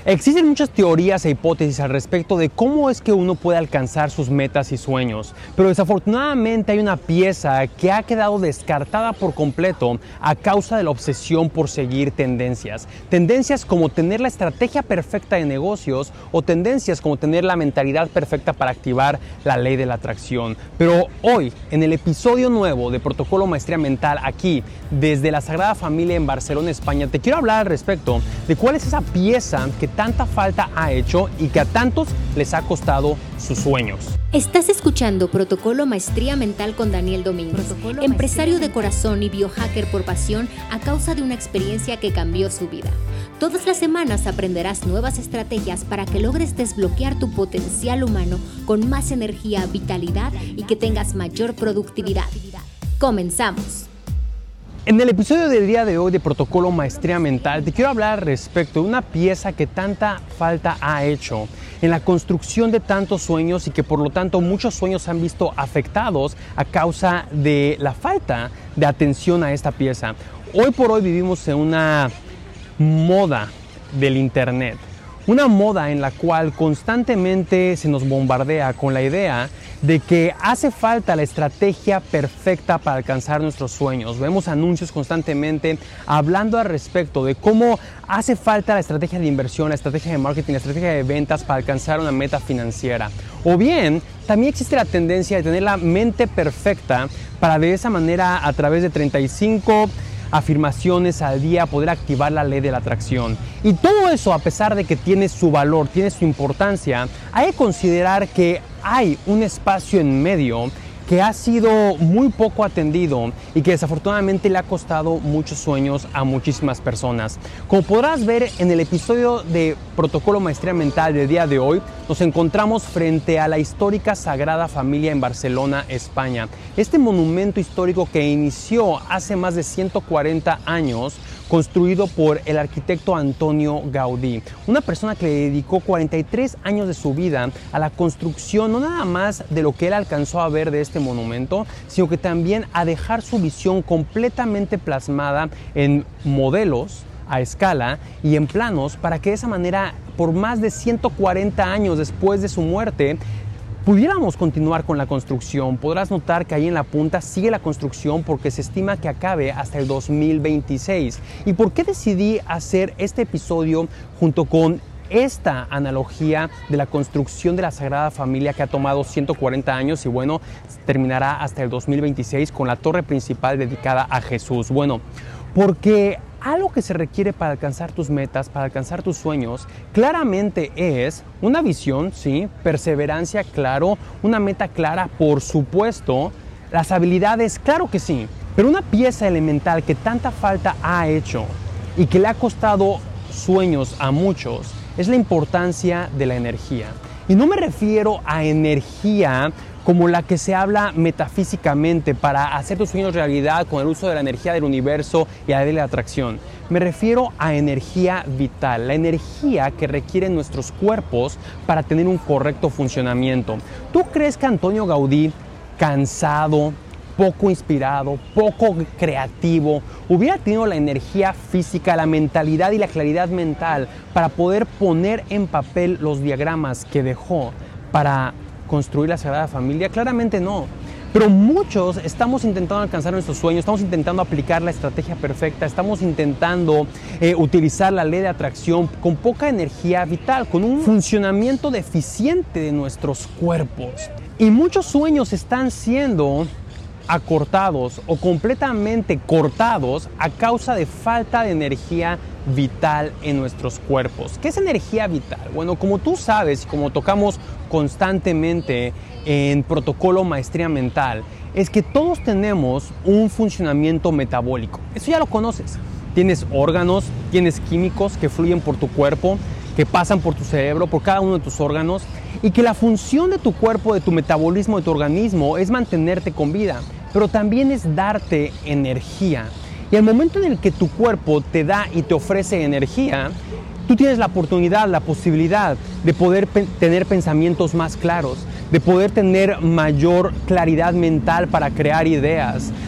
Existen muchas teorías e hipótesis al respecto de cómo es que uno puede alcanzar sus metas y sueños, pero desafortunadamente hay una pieza que ha quedado descartada por completo a causa de la obsesión por seguir tendencias. Tendencias como tener la estrategia perfecta de negocios o tendencias como tener la mentalidad perfecta para activar la ley de la atracción. Pero hoy, en el episodio nuevo de Protocolo Maestría Mental, aquí desde la Sagrada Familia en Barcelona, España, te quiero hablar al respecto de cuál es esa pieza que tanta falta ha hecho y que a tantos les ha costado sus sueños. Estás escuchando Protocolo Maestría Mental con Daniel Domínguez, empresario de corazón y biohacker por pasión a causa de una experiencia que cambió su vida. Todas las semanas aprenderás nuevas estrategias para que logres desbloquear tu potencial humano con más energía, vitalidad y que tengas mayor productividad. ¡Comenzamos! En el episodio del día de hoy de Protocolo Maestría Mental te quiero hablar respecto de una pieza que tanta falta ha hecho en la construcción de tantos sueños y que por lo tanto muchos sueños se han visto afectados a causa de la falta de atención a esta pieza. Hoy por hoy vivimos en una moda del internet, una moda en la cual constantemente se nos bombardea con la idea de que hace falta la estrategia perfecta para alcanzar nuestros sueños. Vemos anuncios constantemente hablando al respecto de cómo hace falta la estrategia de inversión, la estrategia de marketing, la estrategia de ventas para alcanzar una meta financiera. O bien, también existe la tendencia de tener la mente perfecta para de esa manera, a través de 35 afirmaciones al día, poder activar la ley de la atracción. Y todo eso, a pesar de que tiene su valor, tiene su importancia, hay que considerar que hay un espacio en medio que ha sido muy poco atendido y que desafortunadamente le ha costado muchos sueños a muchísimas personas. Como podrás ver en el episodio de Protocolo Maestría Mental del día de hoy, nos encontramos frente a la histórica Sagrada Familia en Barcelona, España. Este monumento histórico que inició hace más de 140 años, construido por el arquitecto Antonio Gaudí, una persona que le dedicó 43 años de su vida a la construcción, no nada más de lo que él alcanzó a ver de este monumento, sino que también a dejar su visión completamente plasmada en modelos a escala y en planos para que de esa manera, por más de 140 años después de su muerte, pudiéramos continuar con la construcción. Podrás notar que ahí en la punta sigue la construcción porque se estima que acabe hasta el 2026. ¿Y por qué decidí hacer este episodio junto con esta analogía de la construcción de la Sagrada Familia que ha tomado 140 años y bueno, terminará hasta el 2026 con la torre principal dedicada a Jesús? Bueno, porque algo que se requiere para alcanzar tus metas, para alcanzar tus sueños, claramente es una visión, sí, perseverancia, claro, una meta clara, por supuesto, las habilidades, claro que sí, pero una pieza elemental que tanta falta ha hecho y que le ha costado sueños a muchos es la importancia de la energía. Y no me refiero a energía como la que se habla metafísicamente para hacer tus sueños realidad con el uso de la energía del universo y la ley de la atracción. Me refiero a energía vital, la energía que requieren nuestros cuerpos para tener un correcto funcionamiento. ¿Tú crees que Antonio Gaudí, cansado, poco inspirado, poco creativo, hubiera tenido la energía física, la mentalidad y la claridad mental para poder poner en papel los diagramas que dejó para construir la Sagrada Familia? Claramente no. Pero muchos estamos intentando alcanzar nuestros sueños, estamos intentando aplicar la estrategia perfecta, estamos intentando utilizar la ley de atracción con poca energía vital, con un funcionamiento deficiente de nuestros cuerpos. Y muchos sueños están siendo acortados o completamente cortados a causa de falta de energía vital en nuestros cuerpos. ¿Qué es energía vital? Bueno, como tú sabes y como tocamos constantemente en Protocolo Maestría Mental, es que todos tenemos un funcionamiento metabólico. Eso ya lo conoces. Tienes órganos, tienes químicos que fluyen por tu cuerpo, que pasan por tu cerebro, por cada uno de tus órganos, y que la función de tu cuerpo, de tu metabolismo, de tu organismo es mantenerte con vida, pero también es darte energía. Y al momento en el que tu cuerpo te da y te ofrece energía, tú tienes la oportunidad, la posibilidad de poder tener pensamientos más claros, de poder tener mayor claridad mental para crear ideas,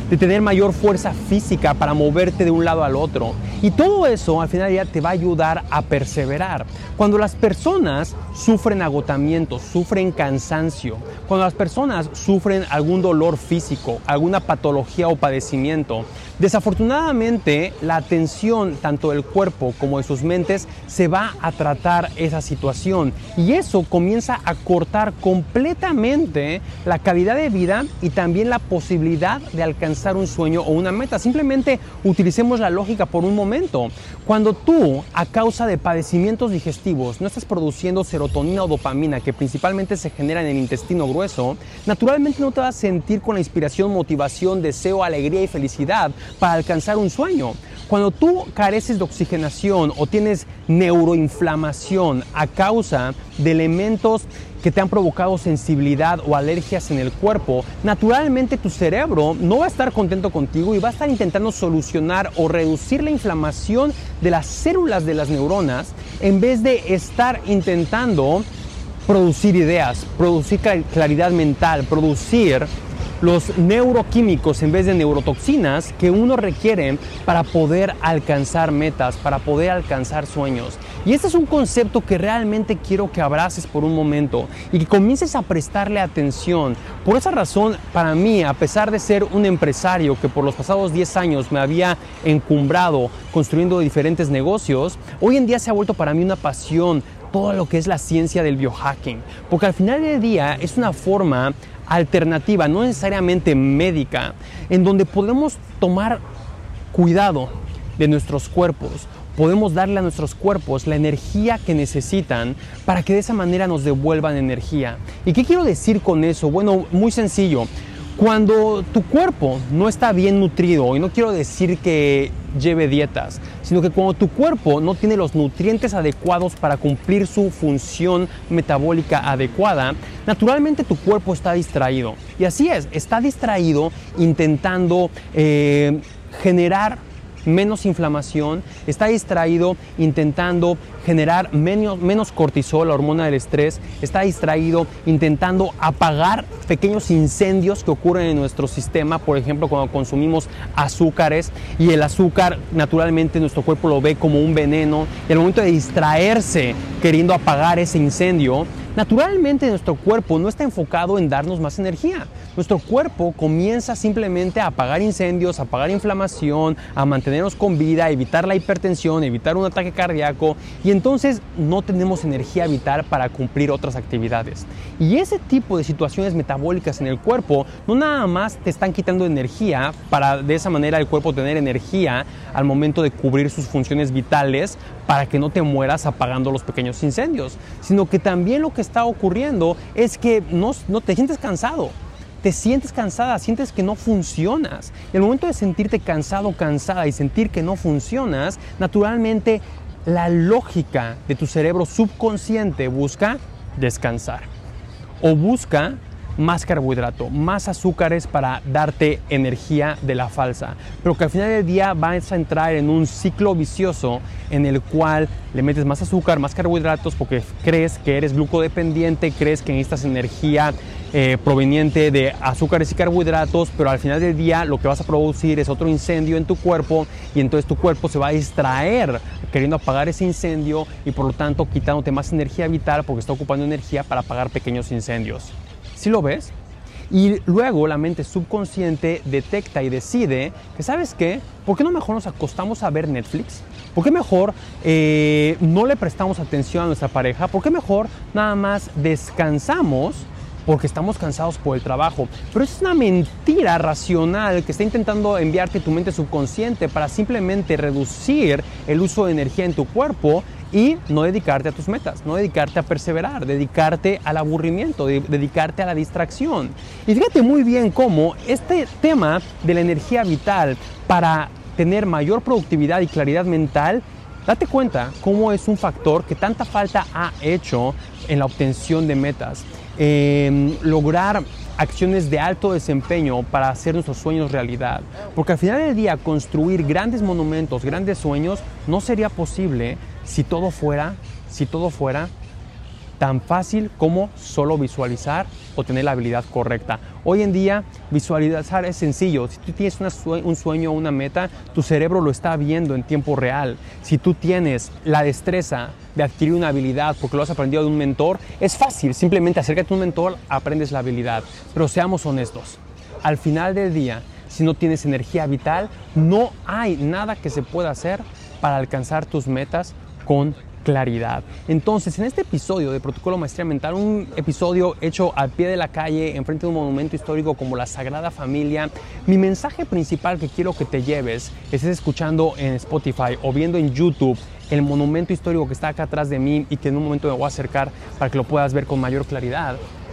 de tener mayor fuerza física para moverte de un lado al otro. Y todo eso al final del día te va a ayudar a perseverar. Cuando las personas sufren agotamiento, sufren cansancio, cuando las personas sufren algún dolor físico, alguna patología o padecimiento, desafortunadamente la atención tanto del cuerpo como de sus mentes se va a tratar esa situación, y eso comienza a cortar completamente la calidad de vida y también la posibilidad de alcanzar un sueño o una meta. Simplemente utilicemos la lógica por un momento. Cuando tú, a causa de padecimientos digestivos, no estás produciendo serotonina o dopamina, que principalmente se genera en el intestino grueso, naturalmente no te vas a sentir con la inspiración, motivación, deseo, alegría y felicidad para alcanzar un sueño. Cuando tú careces de oxigenación o tienes neuroinflamación a causa de elementos que te han provocado sensibilidad o alergias en el cuerpo, naturalmente tu cerebro no va a estar contento contigo y va a estar intentando solucionar o reducir la inflamación de las células de las neuronas, en vez de estar intentando producir ideas, producir claridad mental, producir los neuroquímicos en vez de neurotoxinas que uno requiere para poder alcanzar metas, para poder alcanzar sueños. Y este es un concepto que realmente quiero que abraces por un momento y que comiences a prestarle atención. Por esa razón, para mí, a pesar de ser un empresario que por los pasados 10 años me había encumbrado construyendo diferentes negocios, hoy en día se ha vuelto para mí una pasión todo lo que es la ciencia del biohacking, porque al final del día es una forma alternativa, no necesariamente médica, en donde podemos tomar cuidado de nuestros cuerpos, podemos darle a nuestros cuerpos la energía que necesitan para que de esa manera nos devuelvan energía. ¿Y qué quiero decir con eso? Bueno, muy sencillo. Cuando tu cuerpo no está bien nutrido, y no quiero decir que lleve dietas, sino que cuando tu cuerpo no tiene los nutrientes adecuados para cumplir su función metabólica adecuada, naturalmente tu cuerpo está distraído. Y así es, está distraído intentando generar menos inflamación, está distraído intentando generar menos cortisol, la hormona del estrés, está distraído intentando apagar pequeños incendios que ocurren en nuestro sistema, por ejemplo, cuando consumimos azúcares, y el azúcar naturalmente nuestro cuerpo lo ve como un veneno, y al momento de distraerse queriendo apagar ese incendio, naturalmente nuestro cuerpo no está enfocado en darnos más energía. Nuestro cuerpo comienza simplemente a apagar incendios, a apagar inflamación, a mantenernos con vida, a evitar la hipertensión, a evitar un ataque cardíaco, y entonces no tenemos energía vital para cumplir otras actividades. Y ese tipo de situaciones metabólicas en el cuerpo no nada más te están quitando energía para de esa manera el cuerpo tener energía al momento de cubrir sus funciones vitales para que no te mueras apagando los pequeños incendios, sino que también lo que está ocurriendo es que no te sientes cansado. Te sientes cansada, sientes que no funcionas. Y al momento de sentirte cansado, cansada y sentir que no funcionas, naturalmente la lógica de tu cerebro subconsciente busca descansar o busca más carbohidrato, más azúcares para darte energía de la falsa, pero que al final del día vas a entrar en un ciclo vicioso en el cual le metes más azúcar, más carbohidratos porque crees que eres glucodependiente, crees que necesitas energía proveniente de azúcares y carbohidratos, pero al final del día lo que vas a producir es otro incendio en tu cuerpo, y entonces tu cuerpo se va a distraer queriendo apagar ese incendio y por lo tanto quitándote más energía vital porque está ocupando energía para apagar pequeños incendios. ¿Sí lo ves? Y luego la mente subconsciente detecta y decide que, ¿sabes qué? ¿Por qué no mejor nos acostamos a ver Netflix? ¿Por qué mejor no le prestamos atención a nuestra pareja? ¿Por qué mejor nada más descansamos porque estamos cansados por el trabajo? Pero es una mentira racional que está intentando enviarte tu mente subconsciente para simplemente reducir el uso de energía en tu cuerpo y no dedicarte a tus metas, no dedicarte a perseverar, dedicarte al aburrimiento, dedicarte a la distracción. Y fíjate muy bien cómo este tema de la energía vital para tener mayor productividad y claridad mental, date cuenta cómo es un factor que tanta falta ha hecho en la obtención de metas. Lograr acciones de alto desempeño para hacer nuestros sueños realidad, porque al final del día construir grandes monumentos, grandes sueños no sería posible si todo fuera Tan fácil como solo visualizar o tener la habilidad correcta. Hoy en día visualizar es sencillo. Si tú tienes un sueño o una meta, tu cerebro lo está viendo en tiempo real. Si tú tienes la destreza de adquirir una habilidad porque lo has aprendido de un mentor, es fácil. Simplemente acércate a un mentor, aprendes la habilidad. Pero seamos honestos. Al final del día, si no tienes energía vital, no hay nada que se pueda hacer para alcanzar tus metas con claridad. Entonces, en este episodio de Protocolo Maestría Mental, un episodio hecho al pie de la calle, enfrente de un monumento histórico como la Sagrada Familia, mi mensaje principal que quiero que te lleves, estés escuchando en Spotify o viendo en YouTube el monumento histórico que está acá atrás de mí y que en un momento me voy a acercar para que lo puedas ver con mayor claridad.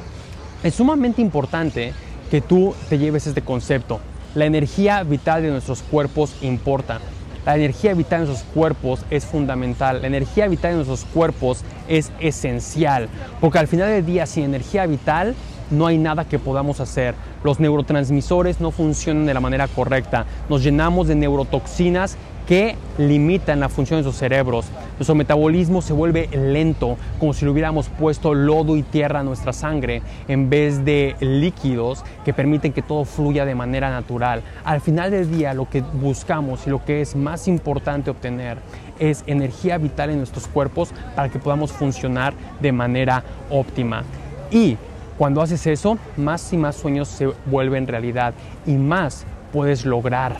Es sumamente importante que tú te lleves este concepto. La energía vital de nuestros cuerpos importa. La energía vital de nuestros cuerpos es fundamental. La energía vital de nuestros cuerpos es esencial. Porque al final del día, sin energía vital, no hay nada que podamos hacer. Los neurotransmisores no funcionan de la manera correcta. Nos llenamos de neurotoxinas que limitan la función de sus cerebros. Nuestro metabolismo se vuelve lento, como si le hubiéramos puesto lodo y tierra a nuestra sangre en vez de líquidos que permiten que todo fluya de manera natural. Al final del día, lo que buscamos y lo que es más importante obtener es energía vital en nuestros cuerpos para que podamos funcionar de manera óptima. Y cuando haces eso, más y más sueños se vuelven realidad y más puedes lograr.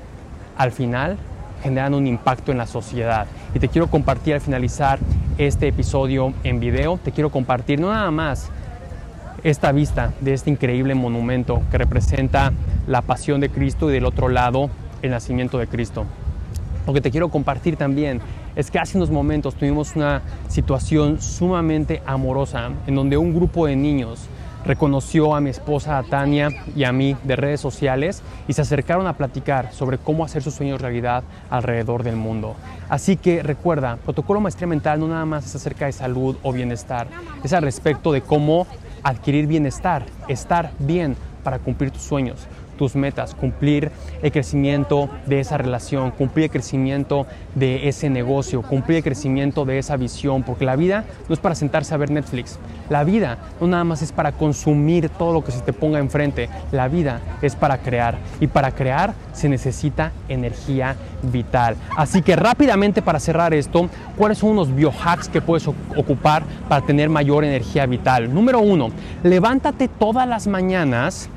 Al final, generan un impacto en la sociedad. Y te quiero compartir al finalizar este episodio en video, te quiero compartir no nada más esta vista de este increíble monumento que representa la pasión de Cristo y del otro lado el nacimiento de Cristo. Lo que te quiero compartir también es que hace unos momentos tuvimos una situación sumamente amorosa en donde un grupo de niños reconoció a mi esposa, a Tania, y a mí de redes sociales y se acercaron a platicar sobre cómo hacer sus sueños realidad alrededor del mundo. Así que recuerda, Protocolo Maestría Mental no nada más es acerca de salud o bienestar, es al respecto de cómo adquirir bienestar, estar bien para cumplir tus sueños, tus metas, cumplir el crecimiento de esa relación, cumplir el crecimiento de ese negocio, cumplir el crecimiento de esa visión, porque la vida no es para sentarse a ver Netflix, la vida no nada más es para consumir todo lo que se te ponga enfrente, la vida es para crear y para crear se necesita energía vital. Así que rápidamente para cerrar esto, ¿cuáles son unos biohacks que puedes ocupar para tener mayor energía vital? Número 1, levántate todas las mañanas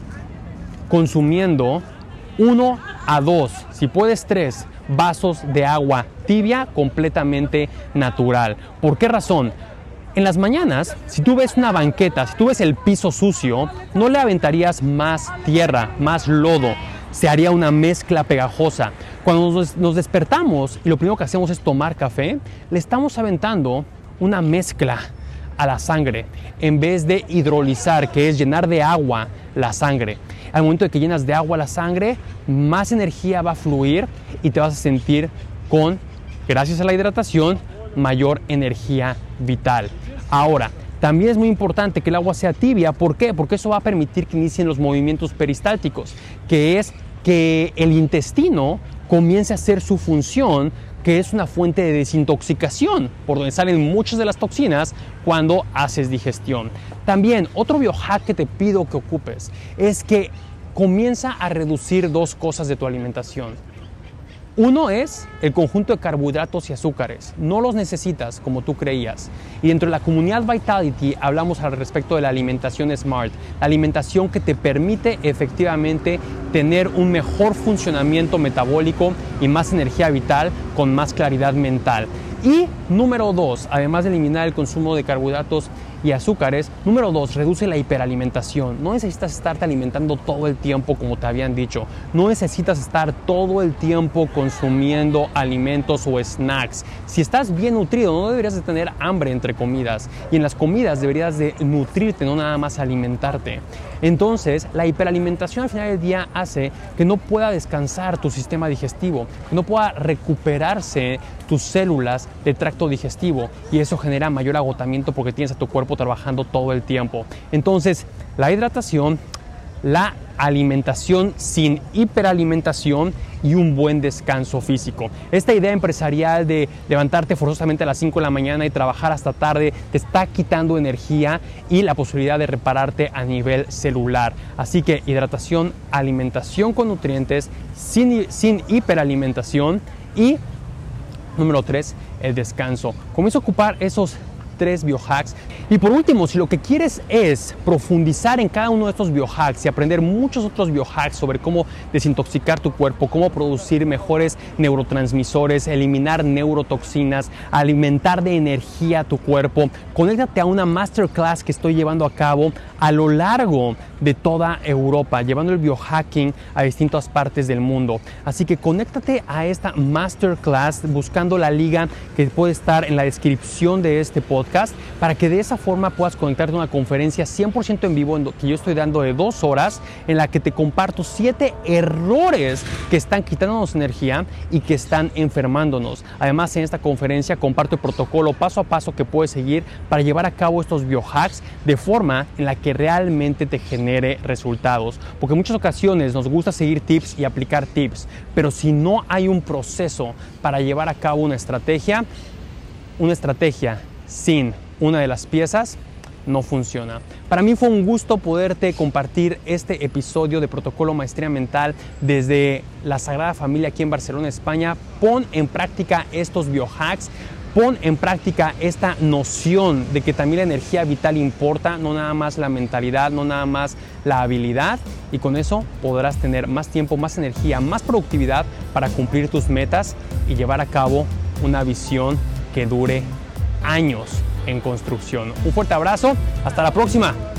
consumiendo 1 a 2, si puedes 3 vasos de agua tibia completamente natural. ¿Por qué razón? En las mañanas, si tú ves una banqueta, si tú ves el piso sucio, no le aventarías más tierra, más lodo, se haría una mezcla pegajosa. Cuando nos despertamos y lo primero que hacemos es tomar café, le estamos aventando una mezcla a la sangre en vez de hidrolizar, que es llenar de agua la sangre. Al momento de que llenas de agua la sangre, más energía va a fluir y te vas a sentir con, gracias a la hidratación, mayor energía vital. Ahora, también es muy importante que el agua sea tibia. ¿Por qué? Porque eso va a permitir que inicien los movimientos peristálticos, que es que el intestino comience a hacer su función, que es una fuente de desintoxicación, por donde salen muchas de las toxinas cuando haces digestión. También, otro biohack que te pido que ocupes es que comienza a reducir 2 cosas de tu alimentación. Uno es el conjunto de carbohidratos y azúcares. No los necesitas como tú creías. Y dentro de la comunidad Vitality hablamos al respecto de la alimentación SMART, la alimentación que te permite efectivamente tener un mejor funcionamiento metabólico y más energía vital con más claridad mental. Y número 2, además de eliminar el consumo de carbohidratos y azúcares, número 2, reduce la hiperalimentación. No necesitas estarte alimentando todo el tiempo como te habían dicho. No necesitas estar todo el tiempo consumiendo alimentos o snacks. Si estás bien nutrido, no deberías de tener hambre entre comidas. Y en las comidas deberías de nutrirte, no nada más alimentarte. Entonces, la hiperalimentación al final del día hace que no pueda descansar tu sistema digestivo, que no pueda recuperarse tus células del tracto digestivo, y eso genera mayor agotamiento porque tienes a tu cuerpo trabajando todo el tiempo. Entonces, la hidratación, la alimentación sin hiperalimentación y un buen descanso físico. Esta idea empresarial de levantarte forzosamente a las 5 de la mañana y trabajar hasta tarde te está quitando energía y la posibilidad de repararte a nivel celular. Así que hidratación, alimentación con nutrientes, sin hiperalimentación y número 3, el descanso. Comienza a ocupar esos 3 biohacks. Y por último, si lo que quieres es profundizar en cada uno de estos biohacks y aprender muchos otros biohacks sobre cómo desintoxicar tu cuerpo, cómo producir mejores neurotransmisores, eliminar neurotoxinas, alimentar de energía a tu cuerpo, conéctate a una masterclass que estoy llevando a cabo a lo largo de toda Europa, llevando el biohacking a distintas partes del mundo. Así que conéctate a esta masterclass buscando la liga que puede estar en la descripción de este podcast para que de esa forma puedas conectarte a una conferencia 100% en vivo que yo estoy dando de 2 horas en la que te comparto 7 errores que están quitándonos energía y que están enfermándonos. Además, en esta conferencia comparto el protocolo paso a paso que puedes seguir para llevar a cabo estos biohacks de forma en la que realmente te genere resultados. Porque en muchas ocasiones nos gusta seguir tips y aplicar tips, pero si no hay un proceso para llevar a cabo una estrategia sin una de las piezas no funciona. Para mí fue un gusto poderte compartir este episodio de Protocolo Maestría Mental desde la Sagrada Familia aquí en Barcelona, España. Pon en práctica estos biohacks. Pon en práctica esta noción de que también la energía vital importa, no nada más la mentalidad, no nada más la habilidad, y con eso podrás tener más tiempo, más energía, más productividad para cumplir tus metas y llevar a cabo una visión que dure años en construcción. Un fuerte abrazo, hasta la próxima.